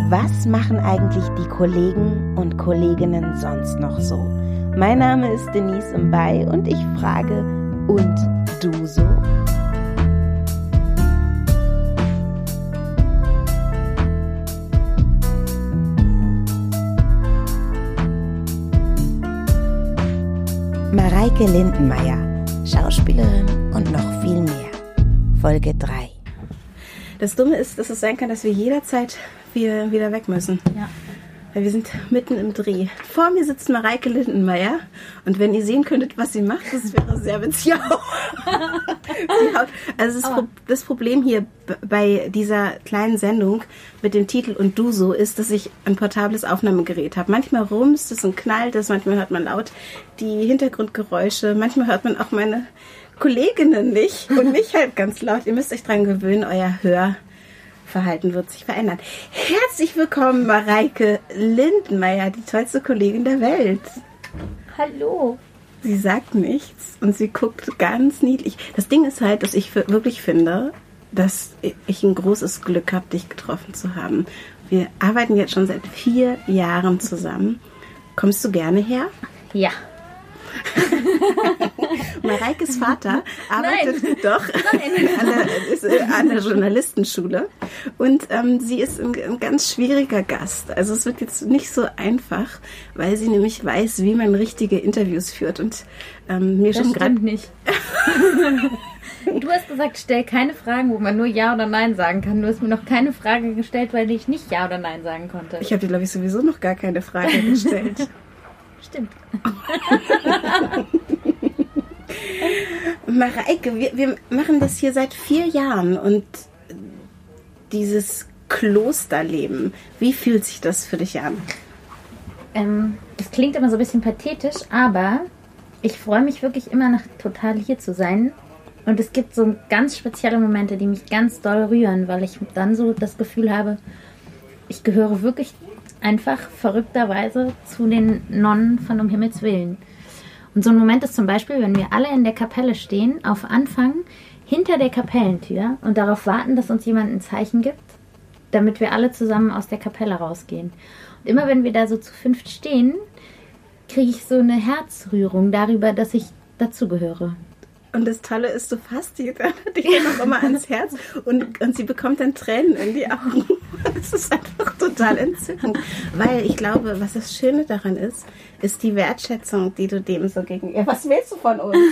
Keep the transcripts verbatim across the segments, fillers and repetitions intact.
Was machen eigentlich die Kollegen und Kolleginnen sonst noch so? Mein Name ist Denise Mbay und ich frage, und du so? Mareike Lindenmeier, Schauspielerin und noch viel mehr. Folge drei. Das Dumme ist, dass es sein kann, dass wir jederzeit wieder, wieder weg müssen. Ja. Weil wir sind mitten im Dreh. Vor mir sitzt Mareike Lindenmeier und wenn ihr sehen könntet, was sie macht, das wäre sehr witzig. Sie haut. Also das, Pro- das Problem hier b- bei dieser kleinen Sendung mit dem Titel Und du so ist, dass ich ein portables Aufnahmegerät habe. Manchmal rumst es und knallt es, manchmal hört man laut die Hintergrundgeräusche, manchmal hört man auch meine Kolleginnen nicht und mich halt ganz laut. Ihr müsst euch dran gewöhnen, euer Hörverhalten wird sich verändern. Herzlich willkommen, Mareike Lindenmeier, die tollste Kollegin der Welt. Hallo. Sie sagt nichts und sie guckt ganz niedlich. Das Ding ist halt, dass ich für, wirklich finde, dass ich ein großes Glück habe, dich getroffen zu haben. Wir arbeiten jetzt schon seit vier Jahren zusammen. Kommst du gerne her? Ja. Mareikes Vater arbeitet Nein. doch an der, ist an der Journalistenschule und ähm, sie ist ein, ein ganz schwieriger Gast. Also es wird jetzt nicht so einfach, weil sie nämlich weiß, wie man richtige Interviews führt und ähm, mir Das schon gerade stimmt nicht. Du hast gesagt, stell keine Fragen, wo man nur Ja oder Nein sagen kann. Du hast mir noch keine Frage gestellt, weil ich nicht Ja oder Nein sagen konnte. Ich habe dir, glaube ich, sowieso noch gar keine Frage gestellt. Stimmt. Mareike, wir, wir machen das hier seit vier Jahren und dieses Klosterleben, wie fühlt sich das für dich an? Ähm, das klingt immer so ein bisschen pathetisch, aber ich freue mich wirklich immer noch total hier zu sein. Und es gibt so ganz spezielle Momente, die mich ganz doll rühren, weil ich dann so das Gefühl habe, ich gehöre wirklich einfach verrückterweise zu den Nonnen von um Himmels Willen. Und so ein Moment ist zum Beispiel, wenn wir alle in der Kapelle stehen, auf Anfang hinter der Kapellentür und darauf warten, dass uns jemand ein Zeichen gibt, damit wir alle zusammen aus der Kapelle rausgehen. Und immer wenn wir da so zu fünft stehen, kriege ich so eine Herzrührung darüber, dass ich dazugehöre. Und das Tolle ist, du fasst die dann dich noch immer ans Herz und, und sie bekommt dann Tränen in die Augen. Das ist einfach total entzückend. Weil ich glaube, was das Schöne daran ist, ist die Wertschätzung, die du dem so gegenüber... Was willst du von uns?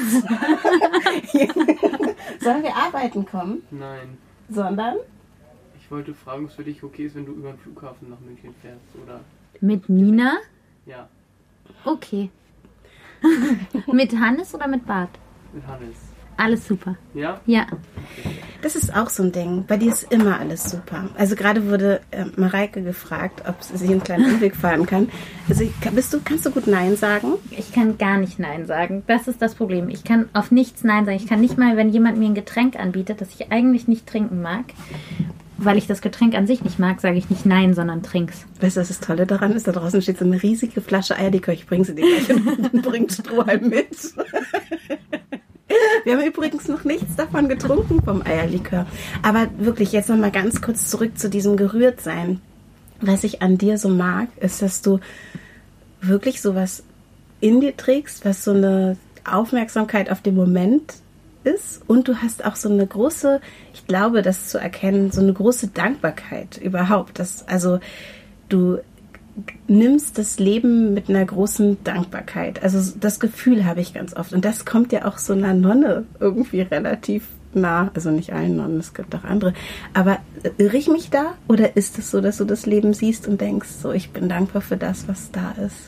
Sollen wir arbeiten kommen? Nein. Sondern? Ich wollte fragen, ob es für dich okay ist, wenn du über den Flughafen nach München fährst, oder? Mit Nina? Ja, Okay. Mit Hannes oder mit Bart? mit Hannes. Alles super. Ja? Ja. Das ist auch so ein Ding. Bei dir ist immer alles super. Also gerade wurde äh, Mareike gefragt, ob sie einen kleinen Umweg fahren kann. Also bist du, kannst du gut Nein sagen? Ich kann gar nicht Nein sagen. Das ist das Problem. Ich kann auf nichts Nein sagen. Ich kann nicht mal, wenn jemand mir ein Getränk anbietet, das ich eigentlich nicht trinken mag, weil ich das Getränk an sich nicht mag, sage ich nicht Nein, sondern trink's. Weißt du, was das Tolle daran ist? Da draußen steht so eine riesige Flasche Eierlikör. Ich bringe sie dir gleich und bringt Strohhalm mit. Wir haben übrigens noch nichts davon getrunken vom Eierlikör. Aber wirklich, jetzt nochmal ganz kurz zurück zu diesem Gerührtsein. Was ich an dir so mag, ist, dass du wirklich sowas in dir trägst, was so eine Aufmerksamkeit auf den Moment ist. Und du hast auch so eine große, ich glaube, das zu erkennen, so eine große Dankbarkeit überhaupt. Das, also du nimmst das Leben mit einer großen Dankbarkeit. Also das Gefühl habe ich ganz oft. Und das kommt ja auch so einer Nonne irgendwie relativ nah. Also nicht allen Nonnen, es gibt auch andere. Aber irre ich mich da? Oder ist es so, dass du das Leben siehst und denkst, so, ich bin dankbar für das, was da ist?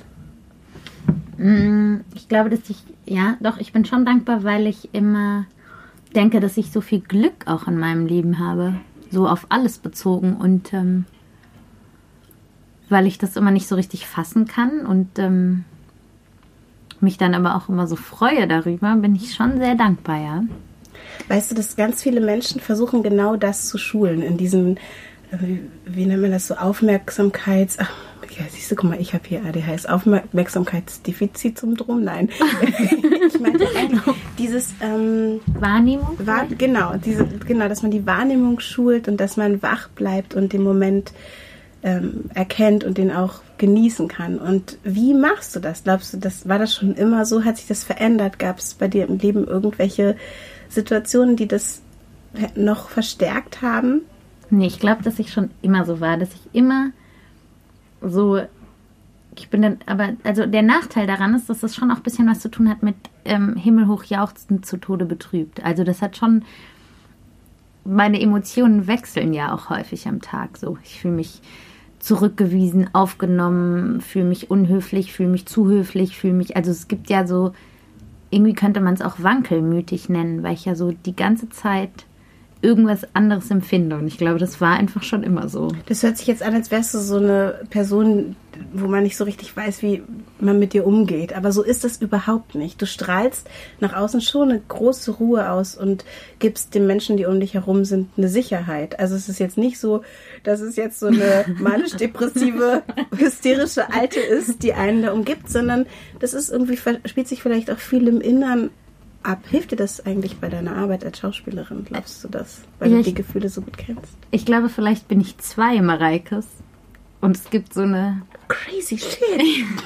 Ich glaube, dass ich, ja, doch, ich bin schon dankbar, weil ich immer denke, dass ich so viel Glück auch in meinem Leben habe. So auf alles bezogen und ähm, weil ich das immer nicht so richtig fassen kann und ähm, mich dann aber auch immer so freue darüber, bin ich schon sehr dankbar, ja. Weißt du, dass ganz viele Menschen versuchen, genau das zu schulen, in diesen, wie, wie nennt man das so, Aufmerksamkeits... Ach, ja, siehst du, guck mal, ich habe hier A D H S, Aufmerksamkeitsdefizitsyndrom, nein. Ich meinte eigentlich dieses... Ähm, Wahrnehmung? Wahr, genau, diese, genau, dass man die Wahrnehmung schult und dass man wach bleibt und den Moment ähm, erkennt und den auch genießen kann. Und wie machst du das? Glaubst du, das war das schon immer so? Hat sich das verändert? Gab es bei dir im Leben irgendwelche Situationen, die das noch verstärkt haben? Nee, ich glaube, dass ich schon immer so war, dass ich immer so, ich bin dann, aber, also der Nachteil daran ist, dass das schon auch ein bisschen was zu tun hat mit ähm, himmelhoch jauchzend zu Tode betrübt. Also das hat schon, meine Emotionen wechseln ja auch häufig am Tag so. Ich fühle mich zurückgewiesen, aufgenommen, fühle mich unhöflich, fühle mich zu höflich, fühle mich, also es gibt ja so, irgendwie könnte man es auch wankelmütig nennen, weil ich ja so die ganze Zeit irgendwas anderes empfinde. Und ich glaube, das war einfach schon immer so. Das hört sich jetzt an, als wärst du so eine Person, wo man nicht so richtig weiß, wie man mit dir umgeht. Aber so ist das überhaupt nicht. Du strahlst nach außen schon eine große Ruhe aus und gibst den Menschen, die um dich herum sind, eine Sicherheit. Also es ist jetzt nicht so, dass es jetzt so eine manisch-depressive, hysterische Alte ist, die einen da umgibt, sondern das ist irgendwie, spielt sich vielleicht auch viel im Innern ab. Hilft dir das eigentlich bei deiner Arbeit als Schauspielerin? Glaubst du das? Weil ja, du die ich, Gefühle so gut kennst. Ich glaube, vielleicht bin ich zwei Mareikes. Und es gibt so eine... Crazy shit.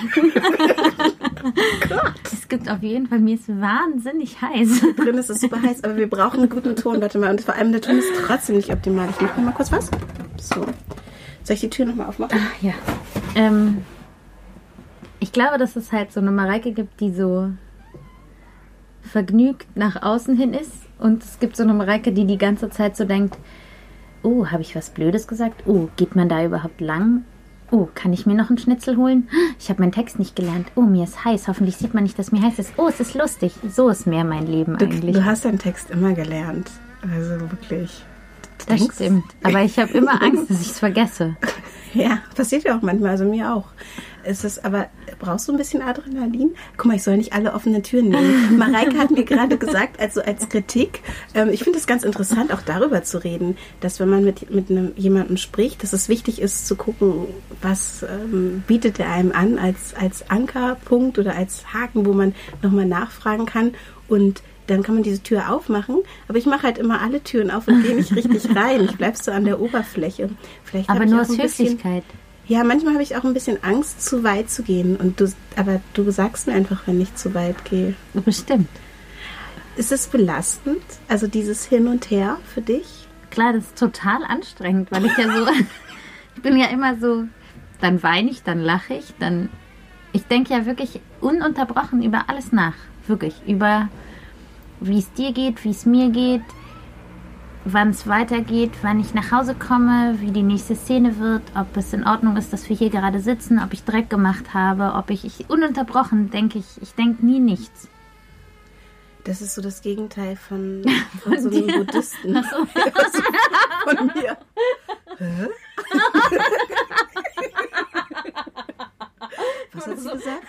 Gott. Es gibt auf jeden Fall, mir ist wahnsinnig heiß. Drin ist es super heiß, aber wir brauchen einen guten Ton. Warte mal, und vor allem der Ton ist trotzdem nicht optimal. Ich mache mal kurz was. So. Soll ich die Tür nochmal aufmachen? Ah, ja. Ähm, ich glaube, dass es halt so eine Mareike gibt, die so vergnügt nach außen hin ist. Und es gibt so eine Mareike, die die ganze Zeit so denkt, oh, habe ich was Blödes gesagt? Oh, geht man da überhaupt lang? Oh, kann ich mir noch einen Schnitzel holen? Ich habe meinen Text nicht gelernt. Oh, mir ist heiß. Hoffentlich sieht man nicht, dass mir heiß ist. Oh, es ist lustig. So ist mehr mein Leben du, eigentlich. Du hast deinen Text immer gelernt. Also wirklich. Das denkst? Stimmt. Aber ich habe immer Angst, dass ich es vergesse. Ja, passiert ja auch manchmal. Also mir auch. Es ist aber, brauchst du ein bisschen Adrenalin? Guck mal, ich soll nicht alle offenen Türen nehmen. Mareike hat mir gerade gesagt, also als Kritik, ähm, ich finde es ganz interessant, auch darüber zu reden, dass wenn man mit, mit einem, jemandem spricht, dass es wichtig ist zu gucken, was ähm, bietet er einem an als, als Ankerpunkt oder als Haken, wo man nochmal nachfragen kann und dann kann man diese Tür aufmachen, aber ich mache halt immer alle Türen auf und gehe nicht richtig rein. Ich bleib so an der Oberfläche. Vielleicht aber nur aus Höflichkeit. Ja, manchmal habe ich auch ein bisschen Angst, zu weit zu gehen. Und du, aber du sagst mir einfach, wenn ich zu weit gehe. Bestimmt. Ist es belastend, also dieses Hin und Her für dich? Klar, das ist total anstrengend, weil ich ja so, ich bin ja immer so, dann weine ich, dann lache ich, dann, ich denke ja wirklich ununterbrochen über alles nach. Wirklich, über wie es dir geht, wie es mir geht, wann es weitergeht, wann ich nach Hause komme, wie die nächste Szene wird, ob es in Ordnung ist, dass wir hier gerade sitzen, ob ich Dreck gemacht habe, ob ich, ich ununterbrochen denke ich, ich denke nie nichts. Das ist so das Gegenteil von, von, von so einem dir? Buddhisten. Ach so. Von mir. Hä? Was hat sie so gesagt?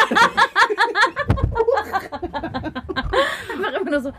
Einfach immer nur so.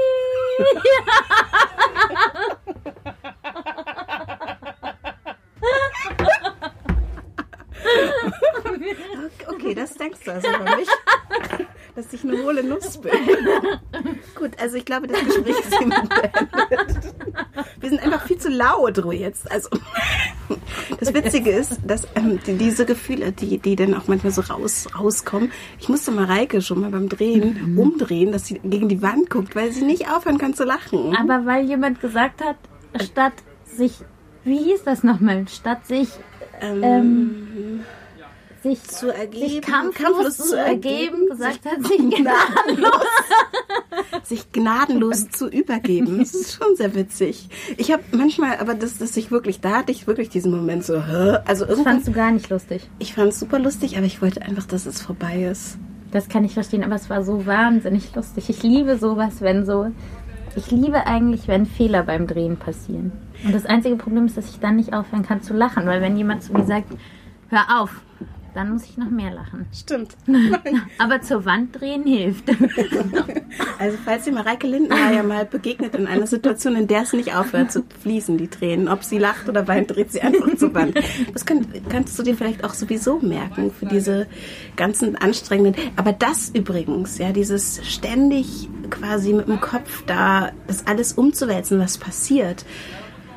Okay, das denkst du also über mich, dass ich eine hohle Nuss bin. Gut, also ich glaube, das Gespräch ist hiermit beendet. Wir sind einfach viel zu laut, Ruhe jetzt. Also das Witzige ist, dass ähm, die, diese Gefühle, die, die dann auch manchmal so raus, rauskommen, ich musste Mareike schon mal beim Drehen mhm. umdrehen, dass sie gegen die Wand guckt, weil sie nicht aufhören kann zu lachen. Aber weil jemand gesagt hat, statt sich, wie hieß das nochmal, statt sich ähm, ähm, sich zu ergeben, sich kampflos, kampflos zu ergeben, gesagt hat, sich gnadenlos, sich gnadenlos zu übergeben. Das ist schon sehr witzig. Ich habe manchmal, aber das, dass ich wirklich, da hatte ich wirklich diesen Moment so, hä? Also das fandst du gar nicht lustig. Ich fand es super lustig, aber ich wollte einfach, dass es vorbei ist. Das kann ich verstehen, aber es war so wahnsinnig lustig. Ich liebe sowas, wenn so, ich liebe eigentlich, wenn Fehler beim Drehen passieren. Und das einzige Problem ist, dass ich dann nicht aufhören kann zu lachen, weil wenn jemand zu mir sagt, hör auf, dann muss ich noch mehr lachen. Stimmt. Aber zur Wand drehen hilft. Also falls ihr Mareike Lindenmeier mal begegnet in einer Situation, in der es nicht aufhört zu fließen, die Tränen, ob sie lacht oder weint, dreht sie einfach zur Wand. Das kann, kannst du dir vielleicht auch sowieso merken für diese ganzen anstrengenden... Aber das übrigens, ja, dieses ständig quasi mit dem Kopf da, das alles umzuwälzen, was passiert...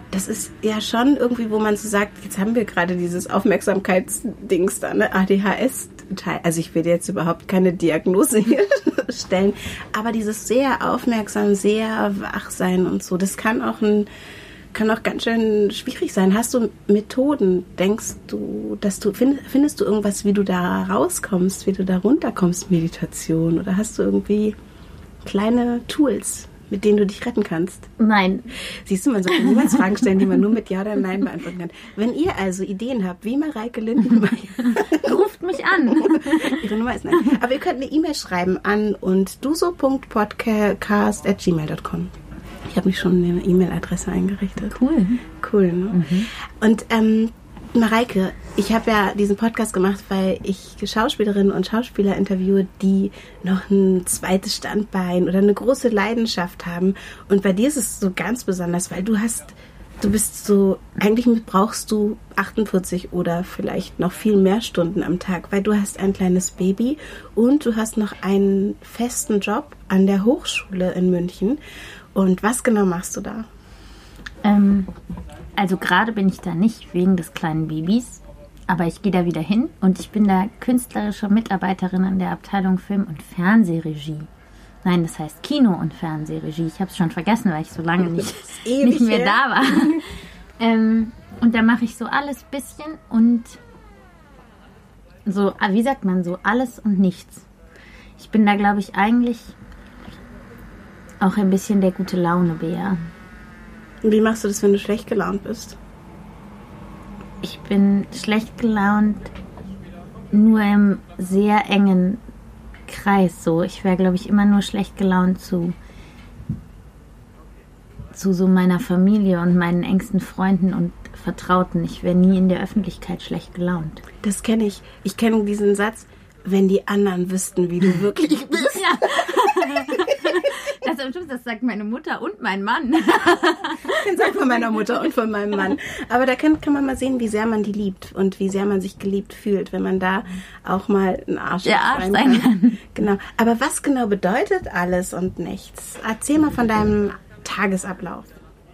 das ist ja schon irgendwie, wo man so sagt, jetzt haben wir gerade dieses Aufmerksamkeitsdings da, ne? A D H S-Teil. Also ich will jetzt überhaupt keine Diagnose hier stellen, aber dieses sehr aufmerksam, sehr wach sein und so, das kann auch ein, kann auch ganz schön schwierig sein. Hast du Methoden? Denkst du, dass du, find, findest du irgendwas, wie du da rauskommst, wie du da runterkommst, Meditation? Oder hast du irgendwie kleine Tools, mit denen du dich retten kannst? Nein. Siehst du, man sollte niemals Fragen stellen, die man nur mit Ja oder Nein beantworten kann. Wenn ihr also Ideen habt, wie Mareike Lindenmeier, ruft mich an. Ihre Nummer ist nein. Aber ihr könnt eine E-Mail schreiben an und duso punkt podcast at gmail punkt com. Ich habe mich schon eine E-Mail-Adresse eingerichtet. Cool. Cool, ne? Mhm. Und ähm, Mareike, ich habe ja diesen Podcast gemacht, weil ich Schauspielerinnen und Schauspieler interviewe, die noch ein zweites Standbein oder eine große Leidenschaft haben. Und bei dir ist es so ganz besonders, weil du hast, du bist so, eigentlich brauchst du achtundvierzig oder vielleicht noch viel mehr Stunden am Tag, weil du hast ein kleines Baby und du hast noch einen festen Job an der Hochschule in München. Und was genau machst du da? Ähm, also gerade bin ich da nicht wegen des kleinen Babys, aber ich gehe da wieder hin und ich bin da künstlerische Mitarbeiterin an der Abteilung Film- und Fernsehregie. Nein, das heißt Kino- und Fernsehregie. Ich habe es schon vergessen, weil ich so lange nicht, nicht mehr her. da war. ähm, und da mache ich so alles bisschen und so, wie sagt man so, alles und nichts. Ich bin da, glaube ich, eigentlich auch ein bisschen der gute Laune-Bär. Wie machst du das, wenn du schlecht gelaunt bist? Ich bin schlecht gelaunt nur im sehr engen Kreis. So, ich wäre, glaube ich, immer nur schlecht gelaunt zu, zu so meiner Familie und meinen engsten Freunden und Vertrauten. Ich wäre nie in der Öffentlichkeit schlecht gelaunt. Das kenne ich. Ich kenne diesen Satz, wenn die anderen wüssten, wie du wirklich bist. Ja. Das, das sagt meine Mutter und mein Mann. Das sagt von meiner Mutter und von meinem Mann. Aber da kann, kann man mal sehen, wie sehr man die liebt und wie sehr man sich geliebt fühlt, wenn man da auch mal ein Arsch, Der Arsch sein sein kann. kann. Genau. Aber was genau bedeutet alles und nichts? Erzähl mal von deinem Tagesablauf.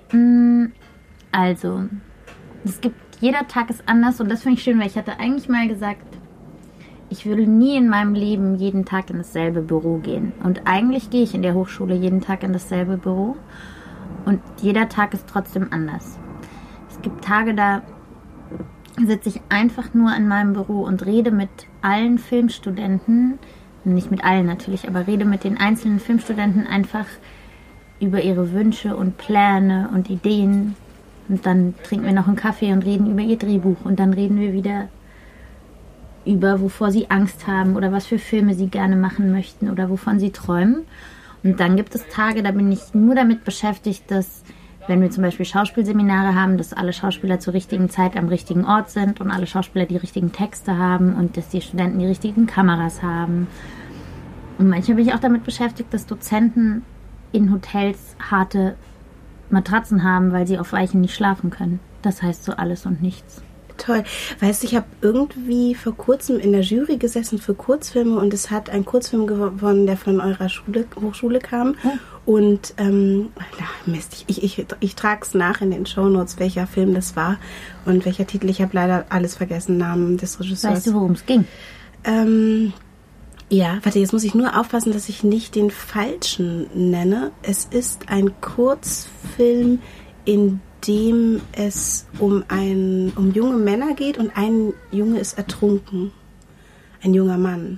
Also, es gibt, jeder Tag ist anders und das finde ich schön, weil ich hatte eigentlich mal gesagt, ich würde nie in meinem Leben jeden Tag in dasselbe Büro gehen. Und eigentlich gehe ich in der Hochschule jeden Tag in dasselbe Büro. Und jeder Tag ist trotzdem anders. Es gibt Tage, da sitze ich einfach nur in meinem Büro und rede mit allen Filmstudenten, nicht mit allen natürlich, aber rede mit den einzelnen Filmstudenten einfach über ihre Wünsche und Pläne und Ideen. Und dann trinken wir noch einen Kaffee und reden über ihr Drehbuch. Und dann reden wir wieder über wovor sie Angst haben oder was für Filme sie gerne machen möchten oder wovon sie träumen. Und dann gibt es Tage, da bin ich nur damit beschäftigt, dass, wenn wir zum Beispiel Schauspielseminare haben, dass alle Schauspieler zur richtigen Zeit am richtigen Ort sind und alle Schauspieler die richtigen Texte haben und dass die Studenten die richtigen Kameras haben. Und manchmal bin ich auch damit beschäftigt, dass Dozenten in Hotels harte Matratzen haben, weil sie auf Weichen nicht schlafen können. Das heißt so alles und nichts. Toll. Weißt du, ich habe irgendwie vor kurzem in der Jury gesessen für Kurzfilme und es hat ein Kurzfilm gewonnen, der von eurer Schule, Hochschule kam. Oh. Und, ähm, na, Mist, ich, ich, ich trage es nach in den Shownotes, welcher Film das war und welcher Titel. Ich habe leider alles vergessen, Namen des Regisseurs. Weißt du, worum es ging? Ähm, ja, warte, jetzt muss ich nur aufpassen, dass ich nicht den falschen nenne. Es ist ein Kurzfilm, in dem es um ein um junge Männer geht und ein Junge ist ertrunken. Ein junger Mann.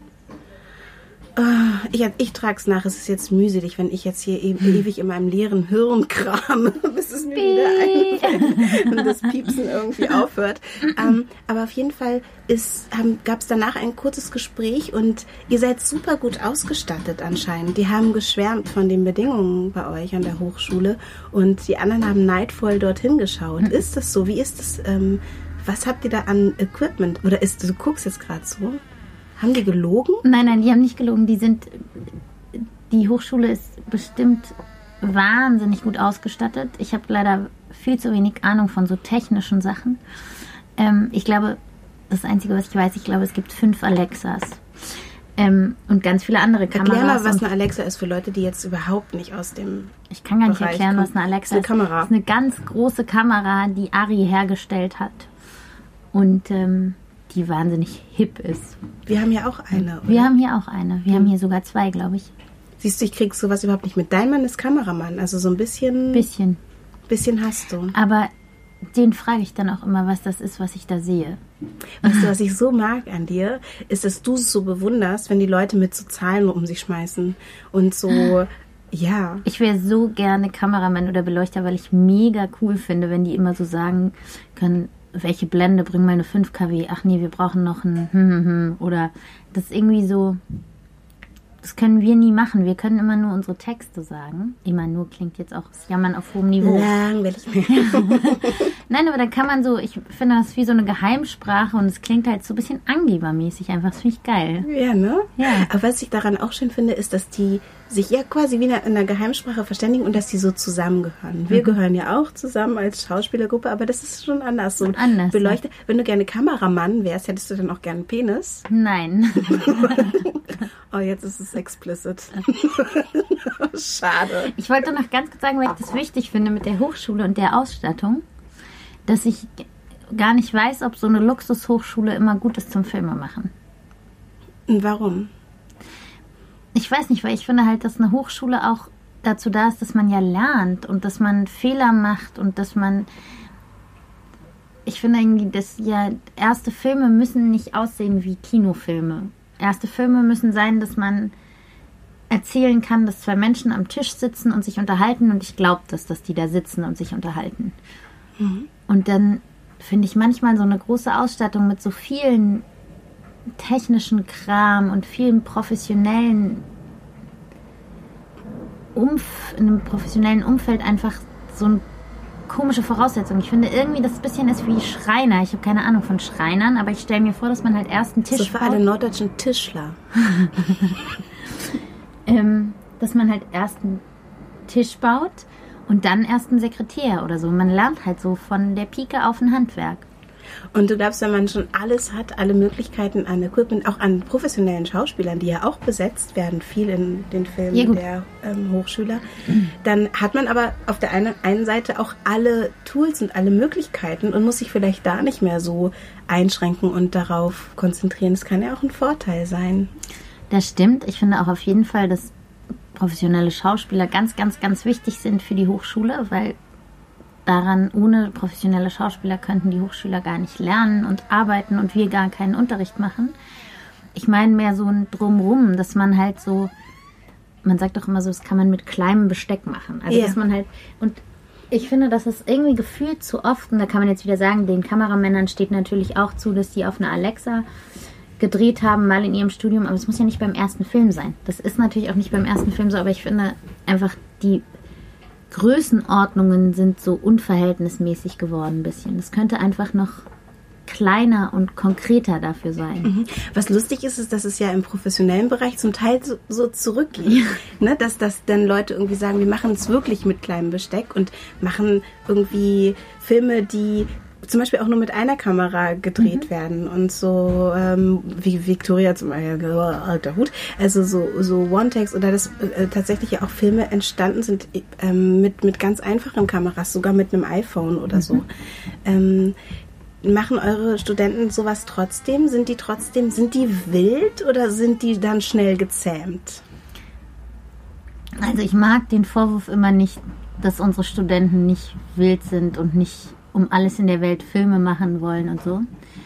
Oh, ich ich trage es nach. Es ist jetzt mühselig, wenn ich jetzt hier eben ewig in meinem leeren Hirn krame, bis es mir wieder einfällt und das Piepsen irgendwie aufhört. Um, aber auf jeden Fall gab es danach ein kurzes Gespräch und ihr seid super gut ausgestattet anscheinend. Die haben geschwärmt von den Bedingungen bei euch an der Hochschule und die anderen haben neidvoll dorthin geschaut. Mhm. Ist das so? Wie ist das? Ähm, was habt ihr da an Equipment? Oder ist du guckst jetzt gerade so? Haben die gelogen? Nein, nein, die haben nicht gelogen. Die sind, die Hochschule ist bestimmt wahnsinnig gut ausgestattet. Ich habe leider viel zu wenig Ahnung von so technischen Sachen. Ähm, ich glaube, das Einzige, was ich weiß, ich glaube, es gibt fünf Alexas. Ähm, und ganz viele andere Kameras. Erklär mal, was eine Alexa ist für Leute, die jetzt überhaupt nicht aus dem Ich kann gar nicht Bereich erklären, kommen. was eine Alexa Das ist. ist eine Kamera. Das ist eine ganz große Kamera, die Ari hergestellt hat. Und ähm, die wahnsinnig hip ist. Wir haben ja auch eine. Oder? Wir haben hier auch eine. Wir haben hier sogar zwei, glaube ich. Siehst du, ich krieg sowas überhaupt nicht mit. Dein Mann ist Kameramann, also so ein bisschen, Bisschen. bisschen hast du. Aber den frage ich dann auch immer, was das ist, was ich da sehe. Weißt du, was ich so mag an dir, ist, dass du es so bewunderst, wenn die Leute mit so Zahlen um sich schmeißen und so, ja. Ich wäre so gerne Kameramann oder Beleuchter, weil ich mega cool finde, wenn die immer so sagen können, welche Blende, bring mal eine fünf Kilowatt. Ach nee, wir brauchen noch ein hm, hm, hm. Oder das ist irgendwie so, das können wir nie machen. Wir können immer nur unsere Texte sagen. Immer nur klingt jetzt auch das Jammern auf hohem Niveau. Langweilig. Nein, aber dann kann man so, ich finde das wie so eine Geheimsprache und es klingt halt so ein bisschen angebermäßig einfach. Das finde ich geil. Ja, ne? Ja. Aber was ich daran auch schön finde, ist, dass die sich ja quasi wie in einer Geheimsprache verständigen und dass die so zusammengehören. Wir mhm. gehören ja auch zusammen als Schauspielergruppe, aber das ist schon anders. So anders. Beleuchter. Ja. Wenn du gerne Kameramann wärst, hättest du dann auch gerne einen Penis? Nein. Oh, jetzt ist es explicit. Schade. Ich wollte noch ganz kurz sagen, weil ich das wichtig finde mit der Hochschule und der Ausstattung, dass ich gar nicht weiß, ob so eine Luxushochschule immer gut ist zum Filmemachen. Und warum? Ich weiß nicht, weil ich finde halt, dass eine Hochschule auch dazu da ist, dass man ja lernt und dass man Fehler macht und dass man... Ich finde irgendwie, dass ja erste Filme müssen nicht aussehen wie Kinofilme. Erste Filme müssen sein, dass man erzählen kann, dass zwei Menschen am Tisch sitzen und sich unterhalten und ich glaube das, dass die da sitzen und sich unterhalten. Mhm. Und dann finde ich manchmal so eine große Ausstattung mit so vielen technischen Kram und vielen professionellen Umf- in einem professionellen Umfeld einfach so eine komische Voraussetzung. Ich finde irgendwie, das ein bisschen ist wie Schreiner. Ich habe keine Ahnung von Schreinern, aber ich stelle mir vor, dass man halt erst einen Tisch so für baut. alle norddeutschen Tischler. ähm, dass man halt erst einen Tisch baut und dann erst einen Sekretär oder so. Man lernt halt so von der Pike auf ein Handwerk. Und du glaubst, wenn man schon alles hat, alle Möglichkeiten an Equipment, auch an professionellen Schauspielern, die ja auch besetzt werden, viel in den Filmen ja, der ähm, Hochschüler, dann hat man aber auf der einen, einen Seite auch alle Tools und alle Möglichkeiten und muss sich vielleicht da nicht mehr so einschränken und darauf konzentrieren. Das kann ja auch ein Vorteil sein. Das stimmt. Ich finde auch auf jeden Fall, dass professionelle Schauspieler ganz, ganz, ganz wichtig sind für die Hochschule, weil daran, ohne professionelle Schauspieler könnten die Hochschüler gar nicht lernen und arbeiten und wir gar keinen Unterricht machen. Ich meine mehr so ein Drumrum, dass man halt so, man sagt doch immer so, das kann man mit kleinem Besteck machen. Also, yeah. dass man halt, und ich finde, dass es irgendwie gefühlt zu oft, und da kann man jetzt wieder sagen, den Kameramännern steht natürlich auch zu, dass die auf einer Alexa gedreht haben, mal in ihrem Studium, aber es muss ja nicht beim ersten Film sein. Das ist natürlich auch nicht beim ersten Film so, aber ich finde einfach, die Größenordnungen sind so unverhältnismäßig geworden ein bisschen. Das könnte einfach noch kleiner und konkreter dafür sein. Mhm. Was lustig ist, ist, dass es ja im professionellen Bereich zum Teil so, so zurückgeht. Ne? Dass, dass dann Leute irgendwie sagen, wir machen es wirklich mit kleinem Besteck und machen irgendwie Filme, die zum Beispiel auch nur mit einer Kamera gedreht mhm. werden und so ähm, wie Victoria zum Beispiel, alter Hut, also so, so One-Takes oder dass äh, tatsächlich ja auch Filme entstanden sind ähm, mit, mit ganz einfachen Kameras, sogar mit einem iPhone oder mhm. so. Ähm, machen eure Studenten sowas trotzdem? Sind die trotzdem, sind die wild oder sind die dann schnell gezähmt? Also ich mag den Vorwurf immer nicht, dass unsere Studenten nicht wild sind und nicht um alles in der Welt Filme machen wollen und so.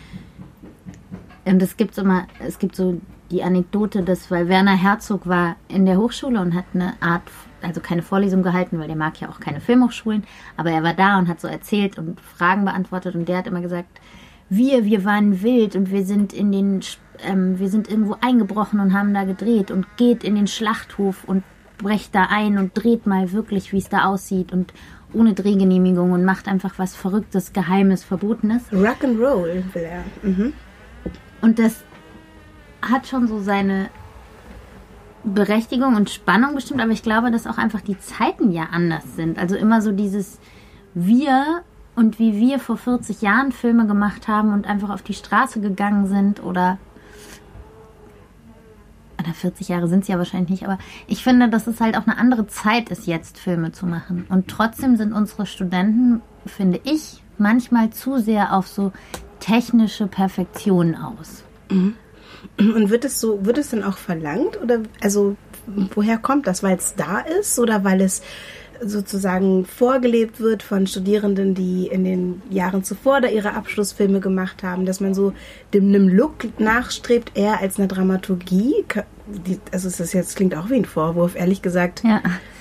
Und es gibt immer, es gibt so die Anekdote, dass, weil Werner Herzog war in der Hochschule und hat eine Art, also keine Vorlesung gehalten, weil der mag ja auch keine Filmhochschulen, aber er war da und hat so erzählt und Fragen beantwortet und der hat immer gesagt, wir, wir waren wild und wir sind in den, ähm, wir sind irgendwo eingebrochen und haben da gedreht und geht in den Schlachthof und brecht da ein und dreht mal wirklich, wie es da aussieht und ohne Drehgenehmigung und macht einfach was Verrücktes, Geheimes, Verbotenes. Rock'n'Roll will er. Mhm. Und das hat schon so seine Berechtigung und Spannung bestimmt, aber ich glaube, dass auch einfach die Zeiten ja anders sind. Also immer so dieses Wir und wie wir vor vierzig Jahren Filme gemacht haben und einfach auf die Straße gegangen sind oder oder vierzig Jahre sind es ja wahrscheinlich nicht, aber ich finde, dass es halt auch eine andere Zeit ist, jetzt Filme zu machen. Und trotzdem sind unsere Studenten, finde ich, manchmal zu sehr auf so technische Perfektion aus. Mhm. Und wird es so, wird es dann auch verlangt? Oder also woher kommt das? Weil es da ist oder weil es sozusagen vorgelebt wird von Studierenden, die in den Jahren zuvor da ihre Abschlussfilme gemacht haben, dass man so dem einem Look nachstrebt, eher als eine Dramaturgie? Also es ist jetzt, klingt auch wie ein Vorwurf, ehrlich gesagt. Ja.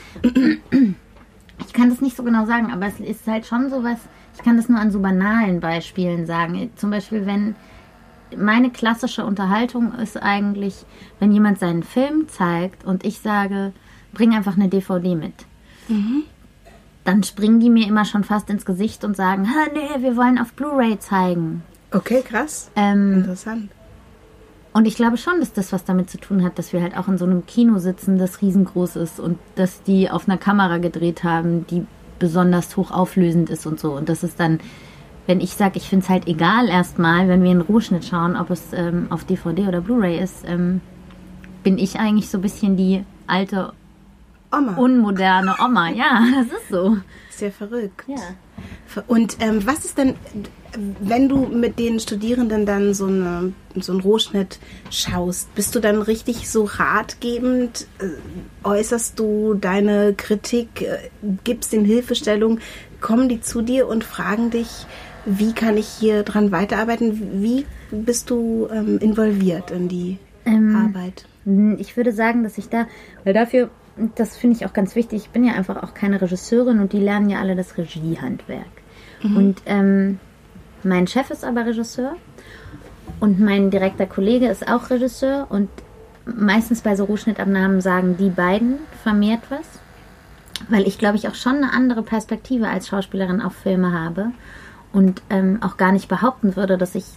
Ich kann das nicht so genau sagen, aber es ist halt schon sowas, ich kann das nur an so banalen Beispielen sagen. Zum Beispiel, wenn meine klassische Unterhaltung ist eigentlich, wenn jemand seinen Film zeigt und ich sage, bring einfach eine D V D mit. Mhm. Dann springen die mir immer schon fast ins Gesicht und sagen, ha, nee, wir wollen auf Blu-ray zeigen. Okay, krass. Ähm, Interessant. Und ich glaube schon, dass das was damit zu tun hat, dass wir halt auch in so einem Kino sitzen, das riesengroß ist und dass die auf einer Kamera gedreht haben, die besonders hochauflösend ist und so. Und das ist dann, wenn ich sage, ich finde es halt egal erstmal, wenn wir einen Rohschnitt schauen, ob es ähm, auf D V D oder Blu-ray ist, ähm, bin ich eigentlich so ein bisschen die alte, Oma. unmoderne Oma. Ja, das ist so. Sehr verrückt. Ja. Und ähm, was ist denn, wenn du mit den Studierenden dann so, eine, so einen Rohschnitt schaust, bist du dann richtig so ratgebend? Äh, äußerst du deine Kritik? Äh, gibst den Hilfestellung? Kommen die zu dir und fragen dich, wie kann ich hier dran weiterarbeiten? Wie bist du ähm, involviert in die ähm, Arbeit? Ich würde sagen, dass ich da, weil dafür, das finde ich auch ganz wichtig, ich bin ja einfach auch keine Regisseurin und die lernen ja alle das Regiehandwerk. Mhm. Und ähm, mein Chef ist aber Regisseur und mein direkter Kollege ist auch Regisseur und meistens bei so Rohschnittabnahmen sagen die beiden vermehrt was, weil ich glaube ich auch schon eine andere Perspektive als Schauspielerin auf Filme habe und ähm, auch gar nicht behaupten würde, dass ich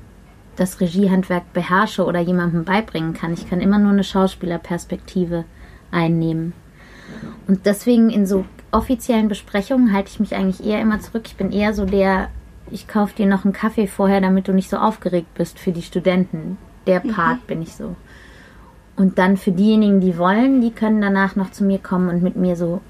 das Regiehandwerk beherrsche oder jemandem beibringen kann. Ich kann immer nur eine Schauspielerperspektive einnehmen. Und deswegen in so offiziellen Besprechungen halte ich mich eigentlich eher immer zurück. Ich bin eher so der, ich kaufe dir noch einen Kaffee vorher, damit du nicht so aufgeregt bist für die Studenten. Der Part mhm. bin ich so. Und dann für diejenigen, die wollen, die können danach noch zu mir kommen und mit mir so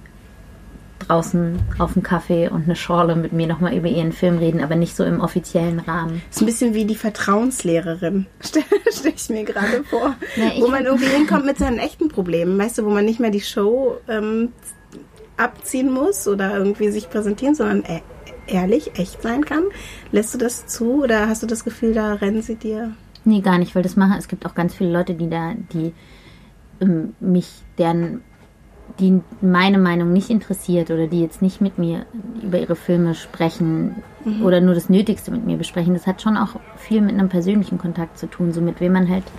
draußen auf einen Kaffee und eine Schorle mit mir nochmal über ihren Film reden, aber nicht so im offiziellen Rahmen. Das ist ein bisschen wie die Vertrauenslehrerin, stelle stell ich mir gerade vor. Na, wo man irgendwie hinkommt mit seinen echten Problemen, weißt du, wo man nicht mehr die Show ähm, abziehen muss oder irgendwie sich präsentieren, sondern e- ehrlich, echt sein kann. Lässt du das zu oder hast du das Gefühl, da rennen sie dir? Nee, gar nicht, weil das machen, es gibt auch ganz viele Leute, die da, die ähm, mich, deren die meine Meinung nicht interessiert oder die jetzt nicht mit mir über ihre Filme sprechen mhm. oder nur das Nötigste mit mir besprechen. Das hat schon auch viel mit einem persönlichen Kontakt zu tun, so mit wem man halt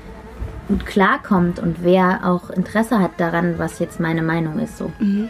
gut klarkommt und wer auch Interesse hat daran, was jetzt meine Meinung ist. So. Mhm.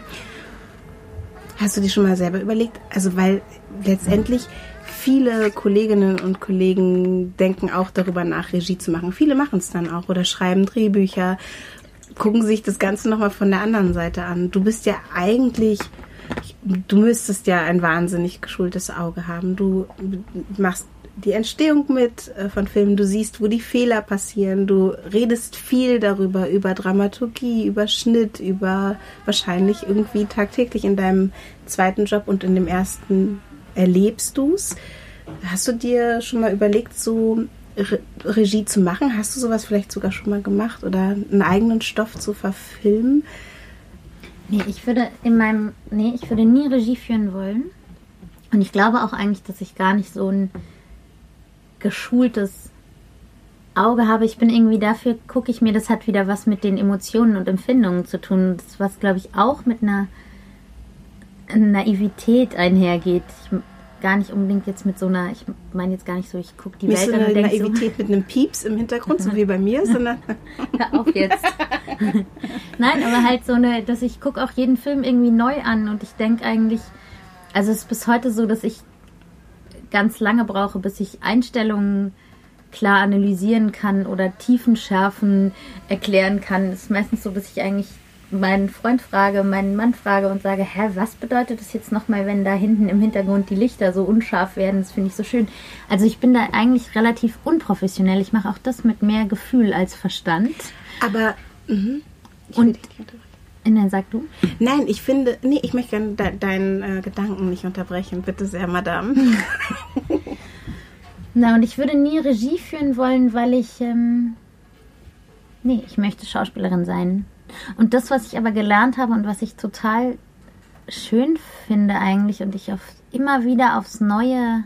Hast du dir schon mal selber überlegt? Also weil letztendlich viele Kolleginnen und Kollegen denken auch darüber nach, Regie zu machen. Viele machen es dann auch oder schreiben Drehbücher, gucken sich das Ganze nochmal von der anderen Seite an. Du bist ja eigentlich, du müsstest ja ein wahnsinnig geschultes Auge haben. Du machst die Entstehung mit äh, von Filmen, du siehst, wo die Fehler passieren, du redest viel darüber, über Dramaturgie, über Schnitt, über wahrscheinlich irgendwie tagtäglich in deinem zweiten Job und in dem ersten erlebst du's. Hast du dir schon mal überlegt, so Re- Regie zu machen? Hast du sowas vielleicht sogar schon mal gemacht oder einen eigenen Stoff zu verfilmen? Nee, ich würde in meinem, nee, ich würde nie Regie führen wollen. Und ich glaube auch eigentlich, dass ich gar nicht so ein geschultes Auge habe. Ich bin irgendwie dafür, gucke ich mir, das hat wieder was mit den Emotionen und Empfindungen zu tun. Das was, glaube ich, auch mit einer Naivität einhergeht. Ich gar nicht unbedingt jetzt mit so einer, ich meine jetzt gar nicht so, ich gucke die nicht Welt so an eine und denke Naivität so, mit einem Pieps im Hintergrund, so wie bei mir, sondern hör auf jetzt. Nein, aber halt so eine, dass ich gucke auch jeden Film irgendwie neu an und ich denke eigentlich, also es ist bis heute so, dass ich ganz lange brauche, bis ich Einstellungen klar analysieren kann oder Tiefenschärfen erklären kann. Es ist meistens so, dass ich eigentlich meinen Freund frage, meinen Mann frage und sage, hä, was bedeutet das jetzt nochmal, wenn da hinten im Hintergrund die Lichter so unscharf werden? Das finde ich so schön. Also ich bin da eigentlich relativ unprofessionell. Ich mache auch das mit mehr Gefühl als Verstand. Aber, mhm. ich Und- will dich nicht unterbrechen. Nein, sag du. Nein, ich finde, nee, ich möchte gerne de deinen äh, Gedanken nicht unterbrechen. Bitte sehr, Madame. Na, und ich würde nie Regie führen wollen, weil ich, ähm, nee, ich möchte Schauspielerin sein. Und das, was ich aber gelernt habe und was ich total schön finde eigentlich und ich auf, immer wieder aufs Neue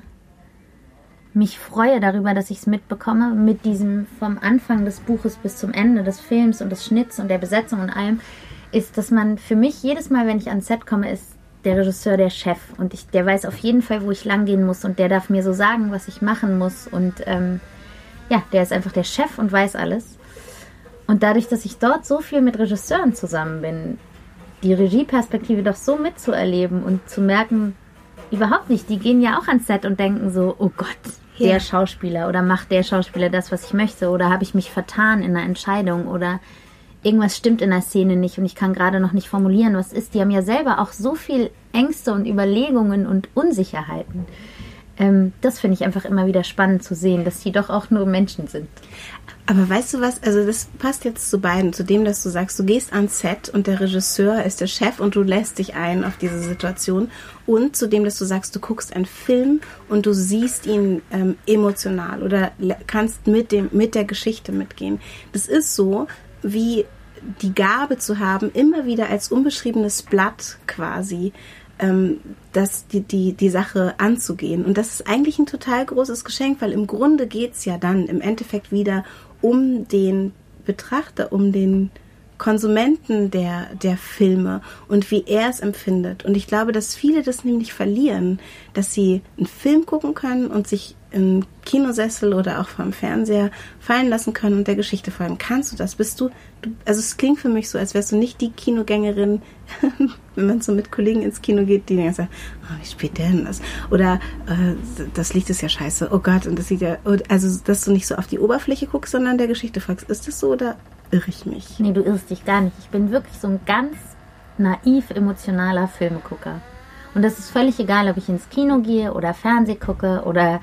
mich freue darüber, dass ich es mitbekomme, mit diesem vom Anfang des Buches bis zum Ende des Films und des Schnitts und der Besetzung und allem, ist, dass man für mich jedes Mal, wenn ich ans Set komme, ist der Regisseur der Chef und ich, der weiß auf jeden Fall, wo ich lang gehen muss und der darf mir so sagen, was ich machen muss und ähm, ja, der ist einfach der Chef und weiß alles. Und dadurch, dass ich dort so viel mit Regisseuren zusammen bin, die Regieperspektive doch so mitzuerleben und zu merken, überhaupt nicht, die gehen ja auch ans Set und denken so, oh Gott, der Ja. Schauspieler oder macht der Schauspieler das, was ich möchte oder habe ich mich vertan in einer Entscheidung oder irgendwas stimmt in der Szene nicht und ich kann gerade noch nicht formulieren, was ist. Die haben ja selber auch so viel Ängste und Überlegungen und Unsicherheiten. Ähm, das finde ich einfach immer wieder spannend zu sehen, dass die doch auch nur Menschen sind. Aber weißt du was, also das passt jetzt zu beiden, zu dem, dass du sagst, du gehst ans Set und der Regisseur ist der Chef und du lässt dich ein auf diese Situation und zu dem, dass du sagst, du guckst einen Film und du siehst ihn ähm, emotional oder le- kannst mit dem, mit der Geschichte mitgehen. Das ist so, wie die Gabe zu haben, immer wieder als unbeschriebenes Blatt quasi ähm, das, die, die, die Sache anzugehen. Und das ist eigentlich ein total großes Geschenk, weil im Grunde geht's ja dann im Endeffekt wieder um den Betrachter, um den Konsumenten der, der Filme und wie er es empfindet. Und ich glaube, dass viele das nämlich verlieren, dass sie einen Film gucken können und sich im Kinosessel oder auch vom Fernseher fallen lassen können und der Geschichte folgen. Kannst du das? Bist du, du also es klingt für mich so, als wärst du nicht die Kinogängerin, wenn man so mit Kollegen ins Kino geht, die dann sagen, oh, wie spielt der denn das? Oder äh, das Licht ist ja scheiße, oh Gott, und das sieht ja, also dass du nicht so auf die Oberfläche guckst, sondern der Geschichte folgst. Ist das so oder irre ich mich? Nee, du irrst dich gar nicht. Ich bin wirklich so ein ganz naiv emotionaler Filmegucker. Und das ist völlig egal, ob ich ins Kino gehe oder Fernseh gucke oder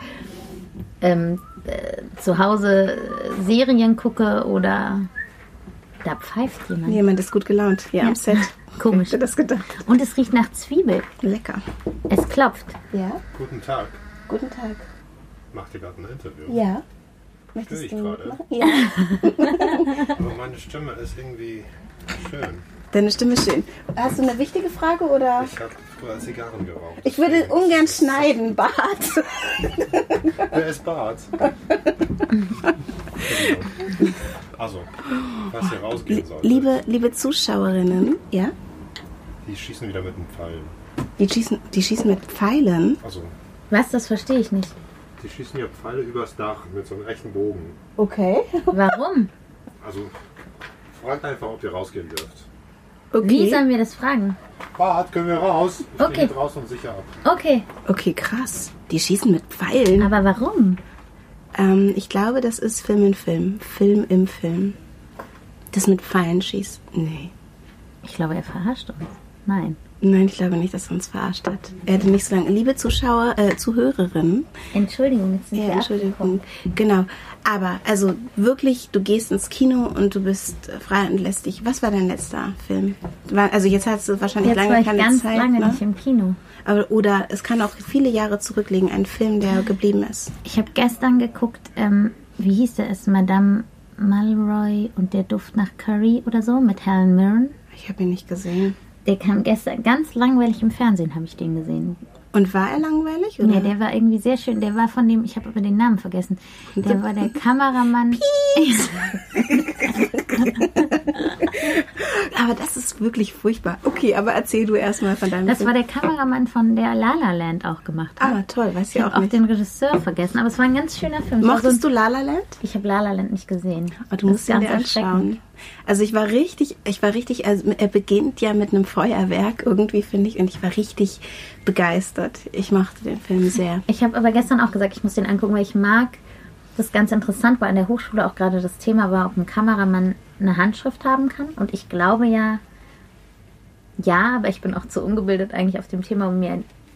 ähm, äh, zu Hause äh, Serien gucke oder da pfeift jemand. Jemand ist gut gelaunt hier Ja. am Set. Komisch. Wer hätte das gedacht? Und es riecht nach Zwiebel. Lecker. Es klopft. Ja, Guten Tag. guten Tag. Macht ihr gerade ein Interview? Ja. Störe Möchtest ich du gerade? machen? Ja. Aber meine Stimme ist irgendwie schön. Deine Stimme ist schön. Hast du eine wichtige Frage oder? Ich habe früher Zigarren geraucht. Ich würde deswegen ungern ist es- schneiden, Bart. Wer ist Bart? Also, was hier rausgehen soll. Liebe, liebe Zuschauerinnen, ja? Die schießen wieder mit dem Pfeil. Die schießen, die schießen mit Pfeilen. Also, Was? Das verstehe ich nicht. die schießen hier Pfeile übers Dach mit so einem rechten Bogen. Okay. Warum? Also, fragt einfach, ob ihr rausgehen dürft. Wie Okay. sollen wir das fragen? Bart, können wir raus? Ich Okay. stehe hier draußen und sicher ab. Okay, Okay, krass. Die schießen mit Pfeilen. aber warum? Ähm, ich glaube, das ist Film in Film. Film im Film. Das mit Pfeilen schießt. Nee. Ich glaube, er verarscht uns. Nein. Nein, ich glaube nicht, dass er uns verarscht hat. Er hätte nicht so lange. Liebe Zuschauer, äh, Zuhörerinnen. Entschuldigung, jetzt sind Ja, wir Entschuldigung. abgekommen. Genau. Aber, also wirklich, du gehst ins Kino und du bist äh, frei und lästig. Was war dein letzter Film? War, also jetzt hast du wahrscheinlich Jetzt war lange ich keine ganz Zeit. lange ne? nicht im Kino. Aber, oder es kann auch viele Jahre zurückliegen, ein Film, der geblieben ist. Ich habe gestern geguckt, ähm, wie hieß der es? Madame Malroy und der Duft nach Curry oder so mit Helen Mirren. Ich habe ihn nicht gesehen. Der kam gestern ganz langweilig im Fernsehen, habe ich den gesehen. Und war er langweilig? Oder? Nee, der war irgendwie sehr schön. Der war von dem, ich habe aber den Namen vergessen. Der war der Kameramann. Aber das ist wirklich furchtbar. Okay, aber erzähl du erstmal von deinem Das Film. war der Kameramann von der La La Land auch gemacht hat. Ah, toll, weiß Ich ich habe auch auch nicht. den Regisseur vergessen, aber es war ein ganz schöner Film. Es war Mochtest so du La La Land? ein, ich habe La La Land nicht gesehen. Oh, du Das musst ist ihn ganz dir anschauen. erschreckend. Also ich war richtig, ich war richtig, also er beginnt ja mit einem Feuerwerk irgendwie, finde ich, und ich war richtig begeistert. Ich mochte den Film sehr. Ich habe aber gestern auch gesagt, ich muss den angucken, weil ich mag, das ganz interessant war an der Hochschule auch gerade das Thema war, ob ein Kameramann eine Handschrift haben kann. Und ich glaube ja, ja, aber ich bin auch zu ungebildet eigentlich auf dem Thema, um mir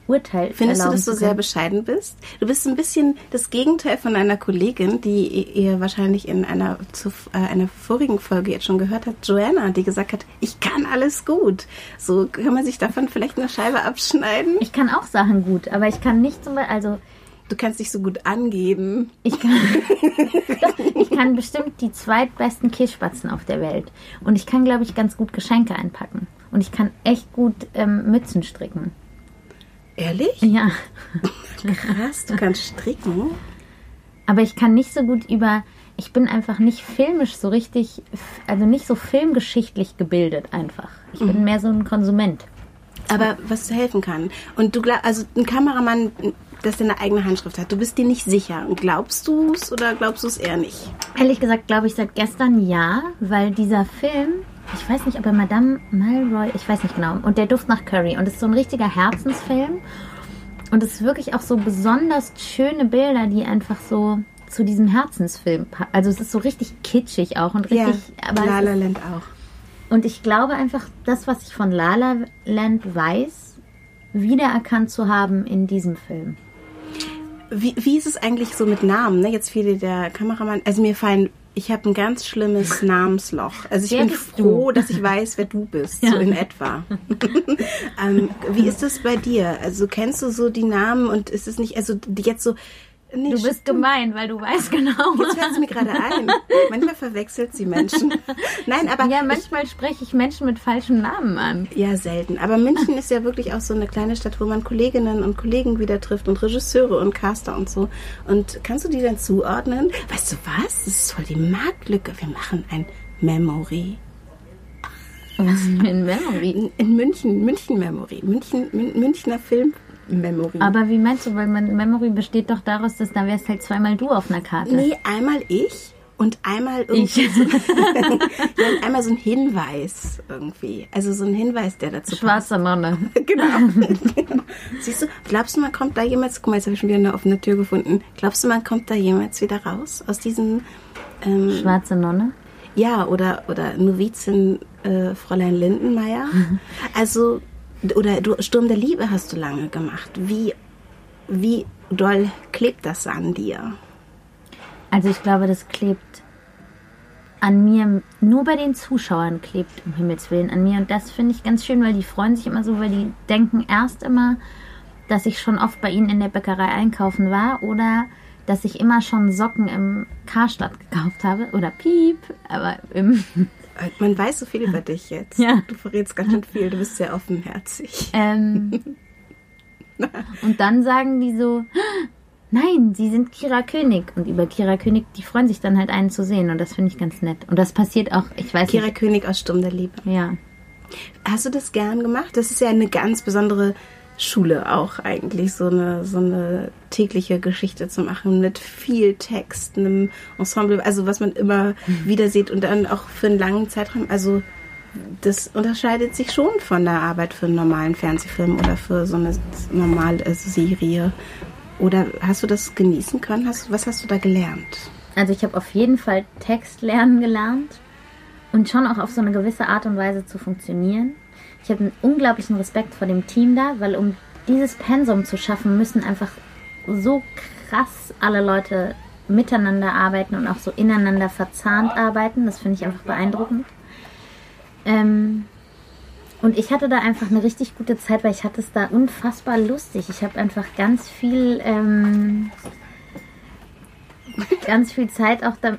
Urteil Findest du, erlauben dass du zu sehr können. bescheiden bist? Du bist ein bisschen das Gegenteil von einer Kollegin, die ihr wahrscheinlich in einer, zu, äh, einer vorigen Folge jetzt schon gehört hat, Joanna, die gesagt hat, ich kann alles gut. So kann man sich davon vielleicht eine Scheibe abschneiden. Ich kann auch Sachen gut, aber ich kann nicht zum Beispiel, also Du kannst dich so gut angeben. ich kann, ich kann bestimmt die zweitbesten Kässpatzen auf der Welt. Und ich kann, glaube ich, ganz gut Geschenke einpacken. Und ich kann echt gut ähm, Mützen stricken. Ehrlich? Ja. Krass, du kannst stricken. Aber ich kann nicht so gut über, ich bin einfach nicht filmisch so richtig, also nicht so filmgeschichtlich gebildet einfach. Ich bin mehr so ein Konsument. Aber was helfen kann. Und du glaubst, also ein Kameramann, dass der eine eigene Handschrift hat, du bist dir nicht sicher. Und glaubst du es oder glaubst du es eher nicht? Ehrlich gesagt glaube ich seit gestern ja, weil dieser Film, ich weiß nicht, ob er Madame Malroy, ich weiß nicht genau, und der Duft nach Curry. Und es ist so ein richtiger Herzensfilm. Und es ist wirklich auch so besonders schöne Bilder, die einfach so zu diesem Herzensfilm passen. Also es ist so richtig kitschig auch und richtig... Ja, aber La La es ist, Land auch. und ich glaube einfach, das, was ich von La La Land weiß, wiedererkannt zu haben in diesem Film. Wie, wie ist es eigentlich so mit Namen? Ne? Jetzt fiel dir der Kameramann. Also mir fallen, ich habe ein ganz schlimmes Namensloch. Also ich Wer bin bist froh, du? dass ich weiß, wer du bist, Ja. so in etwa. ähm, wie ist das bei dir? Also kennst du so die Namen und ist es nicht, also die jetzt so... Nee, Du bist stimmt. gemein, weil du weißt genau. Jetzt fällt es mir gerade ein. Manchmal verwechselt sie Menschen. Nein, aber Ja, manchmal spreche ich Menschen mit falschen Namen an. ja, selten. Aber München ist ja wirklich auch so eine kleine Stadt, wo man Kolleginnen und Kollegen wieder trifft und Regisseure und Caster und so. Und kannst du die dann zuordnen? Weißt du was? Das ist voll die Marktlücke. Wir machen ein Memory. Was ist denn Memory? In, in München, München Memory. München, Mün, Münchner Film Memory. Aber wie meinst du, weil mein Memory besteht doch daraus, dass da wärst halt zweimal du auf einer Karte. Nee, einmal ich und einmal irgendwie Ich. so, ja, und einmal so ein Hinweis irgendwie. Also so ein Hinweis, der dazu Schwarze Nonne. passt. Genau. Siehst du, glaubst du, man kommt da jemals, guck mal, jetzt habe ich schon wieder eine offene Tür gefunden. Glaubst du, man kommt da jemals wieder raus aus diesen, ähm, Schwarze Nonne? ja, oder, oder Novizin äh, Fräulein Lindenmeier? Also, oder du, Sturm der Liebe hast du lange gemacht. Wie, wie doll klebt das an dir? Also ich glaube, das klebt an mir, nur bei den Zuschauern klebt, um Himmels Willen, an mir. Und das finde ich ganz schön, weil die freuen sich immer so, weil die denken erst immer, dass ich schon oft bei ihnen in der Bäckerei einkaufen war oder dass ich immer schon Socken im Karstadt gekauft habe oder Piep, aber im... Man weiß so viel über dich jetzt. Ja. Du verrätst ganz schön viel. Du bist sehr offenherzig. Ähm, und dann sagen die so, nein, sie sind Kira König. Und über Kira König, die freuen sich dann halt, einen zu sehen. Und das finde ich ganz nett. Und das passiert auch, ich weiß Kira nicht. König aus Sturm der Liebe. Ja. Hast du das gern gemacht? Das ist ja eine ganz besondere Schule auch eigentlich, so eine, so eine tägliche Geschichte zu machen mit viel Text, einem Ensemble, also was man immer wieder sieht und dann auch für einen langen Zeitraum. Also das unterscheidet sich schon von der Arbeit für einen normalen Fernsehfilm oder für so eine normale Serie. Oder hast du das genießen können? Hast, was hast du da gelernt? Also ich habe auf jeden Fall Text lernen gelernt und schon auch auf so eine gewisse Art und Weise zu funktionieren. Ich habe einen unglaublichen Respekt vor dem Team da, weil um dieses Pensum zu schaffen, müssen einfach so krass alle Leute miteinander arbeiten und auch so ineinander verzahnt arbeiten. Das finde ich einfach beeindruckend. Ähm, und ich hatte da einfach eine richtig gute Zeit, weil ich hatte es da unfassbar lustig. Ich habe einfach ganz viel, ähm, ganz viel Zeit auch damit.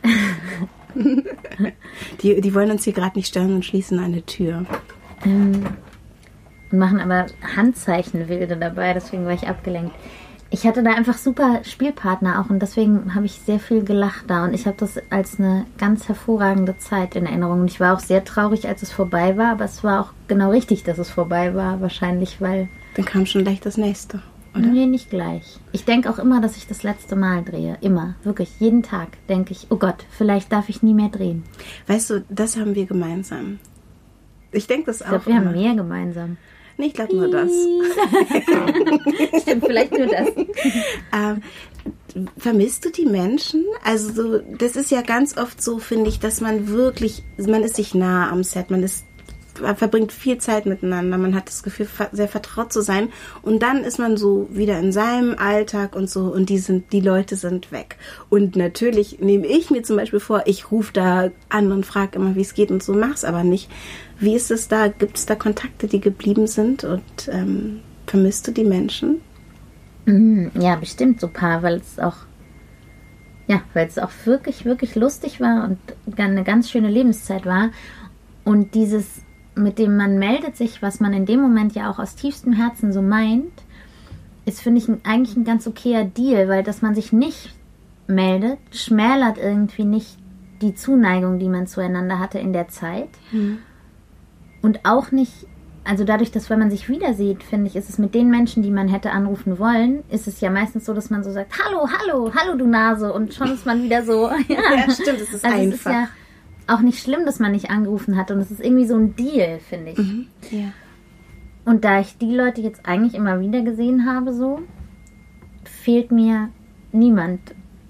Die, die wollen uns hier gerade nicht stören und schließen eine Tür. Ähm, und machen aber Handzeichenwilde dabei, deswegen war ich abgelenkt. Ich hatte da einfach super Spielpartner auch und deswegen habe ich sehr viel gelacht da und ich habe das als eine ganz hervorragende Zeit in Erinnerung. Und ich war auch sehr traurig, als es vorbei war, aber es war auch genau richtig, dass es vorbei war, wahrscheinlich, weil... Dann kam schon gleich das nächste, oder? Nee, nicht gleich. Ich denke auch immer, dass ich das letzte Mal drehe. Immer. Wirklich. Jeden Tag denke ich, oh Gott, vielleicht darf ich nie mehr drehen. Weißt du, das haben wir gemeinsam. Ich denke das Ich auch. glaube, wir haben immer. mehr gemeinsam. Nee, ich glaube nur das. Stimmt, vielleicht nur das. Ähm, vermisst du die Menschen? Also so, das ist ja ganz oft so, finde ich, dass man wirklich, man ist sich nah am Set, man ist verbringt viel Zeit miteinander. Man hat das Gefühl, sehr vertraut zu sein. Und dann ist man so wieder in seinem Alltag und so. Und die sind, die Leute sind weg. Und natürlich nehme ich mir zum Beispiel vor, ich rufe da an und frage immer, wie es geht und so, mach's aber nicht. Wie ist es da? Gibt es da Kontakte, die geblieben sind? Und ähm, vermisst du die Menschen? Ja, bestimmt so ein paar, weil es auch Ja, weil es auch wirklich, wirklich lustig war und eine ganz schöne Lebenszeit war. Und dieses, mit dem man meldet sich, was man in dem Moment ja auch aus tiefstem Herzen so meint, ist, finde ich, ein, eigentlich ein ganz okayer Deal, weil dass man sich nicht meldet, schmälert irgendwie nicht die Zuneigung, die man zueinander hatte in der Zeit. Mhm. Und auch nicht, also dadurch, dass wenn man sich wieder sieht, finde ich, ist es mit den Menschen, die man hätte anrufen wollen, ist es ja meistens so, dass man so sagt, hallo, hallo, hallo du Nase, und schon ist man wieder so. Ja, ja stimmt, es ist also einfach. Es ist ja auch nicht schlimm, dass man nicht angerufen hat, und es ist irgendwie so ein Deal, finde ich. Mhm. Ja. Und da ich die Leute jetzt eigentlich immer wieder gesehen habe, so, fehlt mir niemand.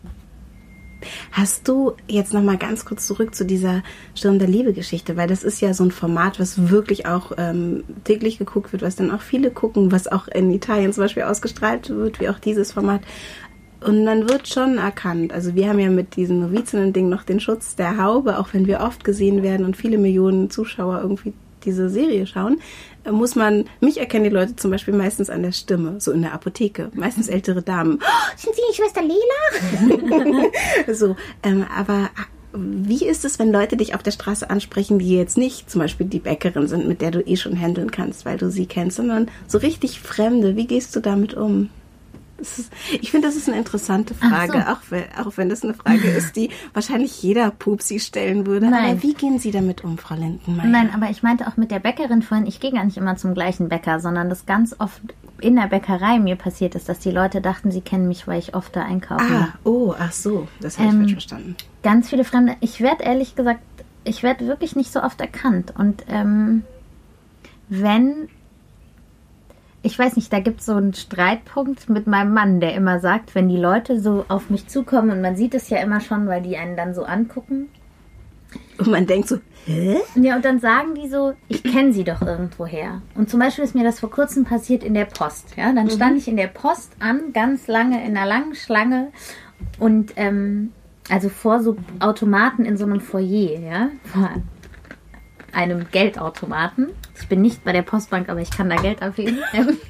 Hast du jetzt noch mal ganz kurz zurück zu dieser Sturm der Liebe-Geschichte, weil das ist ja so ein Format, was wirklich auch ähm, täglich geguckt wird, was dann auch viele gucken, was auch in Italien zum Beispiel ausgestrahlt wird, wie auch dieses Format. Und man wird schon erkannt, also wir haben ja mit diesem Novizinnen-Ding noch den Schutz der Haube, auch wenn wir oft gesehen werden und viele Millionen Zuschauer irgendwie diese Serie schauen, muss man, mich erkennen die Leute zum Beispiel meistens an der Stimme, so in der Apotheke, meistens ältere Damen. Oh, sind Sie die Schwester Lela? so, ähm, aber wie ist es, wenn Leute dich auf der Straße ansprechen, die jetzt nicht zum Beispiel die Bäckerin sind, mit der du eh schon handeln kannst, weil du sie kennst, sondern so richtig Fremde, wie gehst du damit um? Das ist, ich finde, das ist eine interessante Frage, so. auch, wenn, auch wenn das eine Frage ist, die wahrscheinlich jeder Pupsi stellen würde. Nein. Aber wie gehen Sie damit um, Frau Lindenmeier? Nein, aber ich meinte auch mit der Bäckerin vorhin, ich gehe gar nicht immer zum gleichen Bäcker, sondern das ganz oft in der Bäckerei mir passiert ist, dass die Leute dachten, sie kennen mich, weil ich oft da einkaufe. Ah, oh, ach so, das habe ich ähm, falsch verstanden. Ganz viele Fremde. Ich werde ehrlich gesagt, ich werde wirklich nicht so oft erkannt. Und ähm, wenn... Ich weiß nicht, da gibt es so einen Streitpunkt mit meinem Mann, der immer sagt, wenn die Leute so auf mich zukommen, und man sieht es ja immer schon, weil die einen dann so angucken. Und man denkt so, hä? Ja, und dann sagen die so, ich kenne sie doch irgendwoher. Und zum Beispiel ist mir das vor kurzem passiert in der Post. Ja, dann stand mhm. ich in der Post an, ganz lange, in einer langen Schlange. Und ähm, also vor so Automaten in so einem Foyer, ja, vor einem Geldautomaten. Ich bin nicht bei der Postbank, aber ich kann da Geld abheben.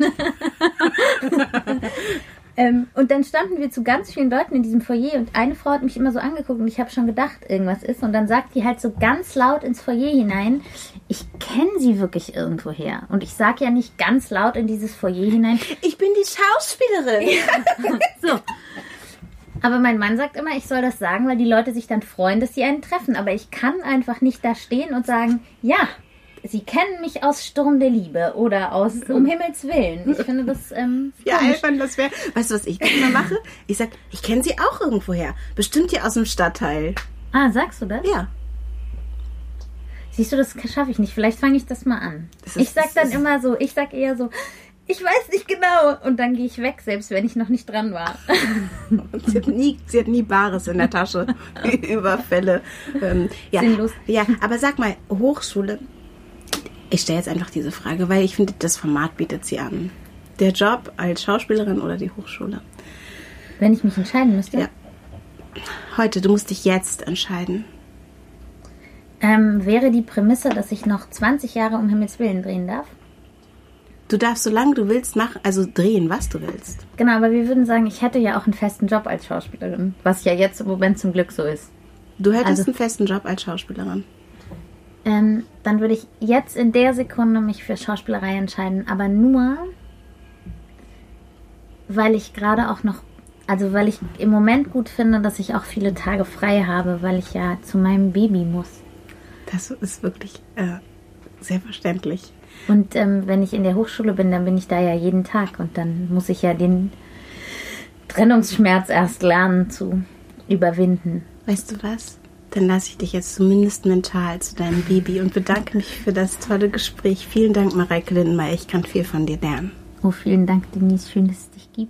ähm, und dann standen wir zu ganz vielen Leuten in diesem Foyer, und eine Frau hat mich immer so angeguckt und ich habe schon gedacht, irgendwas ist. Und dann sagt die halt so ganz laut ins Foyer hinein, ich kenne sie wirklich irgendwoher. Und ich sage ja nicht ganz laut in dieses Foyer hinein, ich bin die Schauspielerin. so. Aber mein Mann sagt immer, ich soll das sagen, weil die Leute sich dann freuen, dass sie einen treffen. Aber ich kann einfach nicht da stehen und sagen, ja, Sie kennen mich aus Sturm der Liebe oder aus Um Himmels Willen. Ich finde das ähm, ja, albern, das wäre... Weißt du, was ich immer mache? Ich sag, ich kenne sie auch irgendwoher. Bestimmt hier aus dem Stadtteil. Ah, sagst du das? Ja. Siehst du, das schaffe ich nicht. Vielleicht fange ich das mal an. Das ist, ich sag dann immer so, ich sag eher so, ich weiß nicht genau. Und dann gehe ich weg, selbst wenn ich noch nicht dran war. sie, hat nie, sie hat nie Bares in der Tasche. Überfälle. Ähm, ja. Sinnlos. Ja, aber sag mal, Hochschule... Ich stelle jetzt einfach diese Frage, weil ich finde, das Format bietet sie an. Der Job als Schauspielerin oder die Hochschule? Wenn ich mich entscheiden müsste? Ja. Heute, du musst dich jetzt entscheiden. Ähm, wäre die Prämisse, dass ich noch zwanzig Jahre Um Himmels Willen drehen darf? Du darfst, solange du willst, machen, also drehen, was du willst. Genau, aber wir würden sagen, ich hätte ja auch einen festen Job als Schauspielerin, was ja jetzt im Moment zum Glück so ist. Du hättest also, einen festen Job als Schauspielerin. Ähm, dann würde ich jetzt in der Sekunde mich für Schauspielerei entscheiden, aber nur, weil ich gerade auch noch, also weil ich im Moment gut finde, dass ich auch viele Tage frei habe, weil ich ja zu meinem Baby muss. Das ist wirklich äh, sehr verständlich. Und ähm, wenn ich in der Hochschule bin, dann bin ich da ja jeden Tag, und dann muss ich ja den Trennungsschmerz erst lernen zu überwinden. Weißt du was? Dann lasse ich dich jetzt zumindest mental zu deinem Baby und bedanke mich für das tolle Gespräch. Vielen Dank, Mareike Lindenmeier. Ich kann viel von dir lernen. Oh, vielen Dank, Denise. Schön, dass es dich gibt.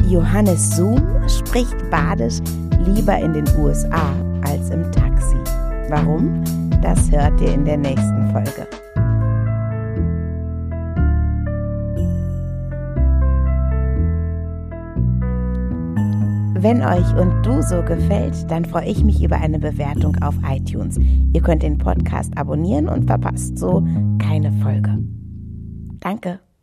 Johannes Zoom spricht Badisch lieber in den U S A als im Taxi. Warum? Das hört ihr in der nächsten Folge. Wenn euch und du so gefällt, dann freue ich mich über eine Bewertung auf iTunes. Ihr könnt den Podcast abonnieren und verpasst so keine Folge. Danke.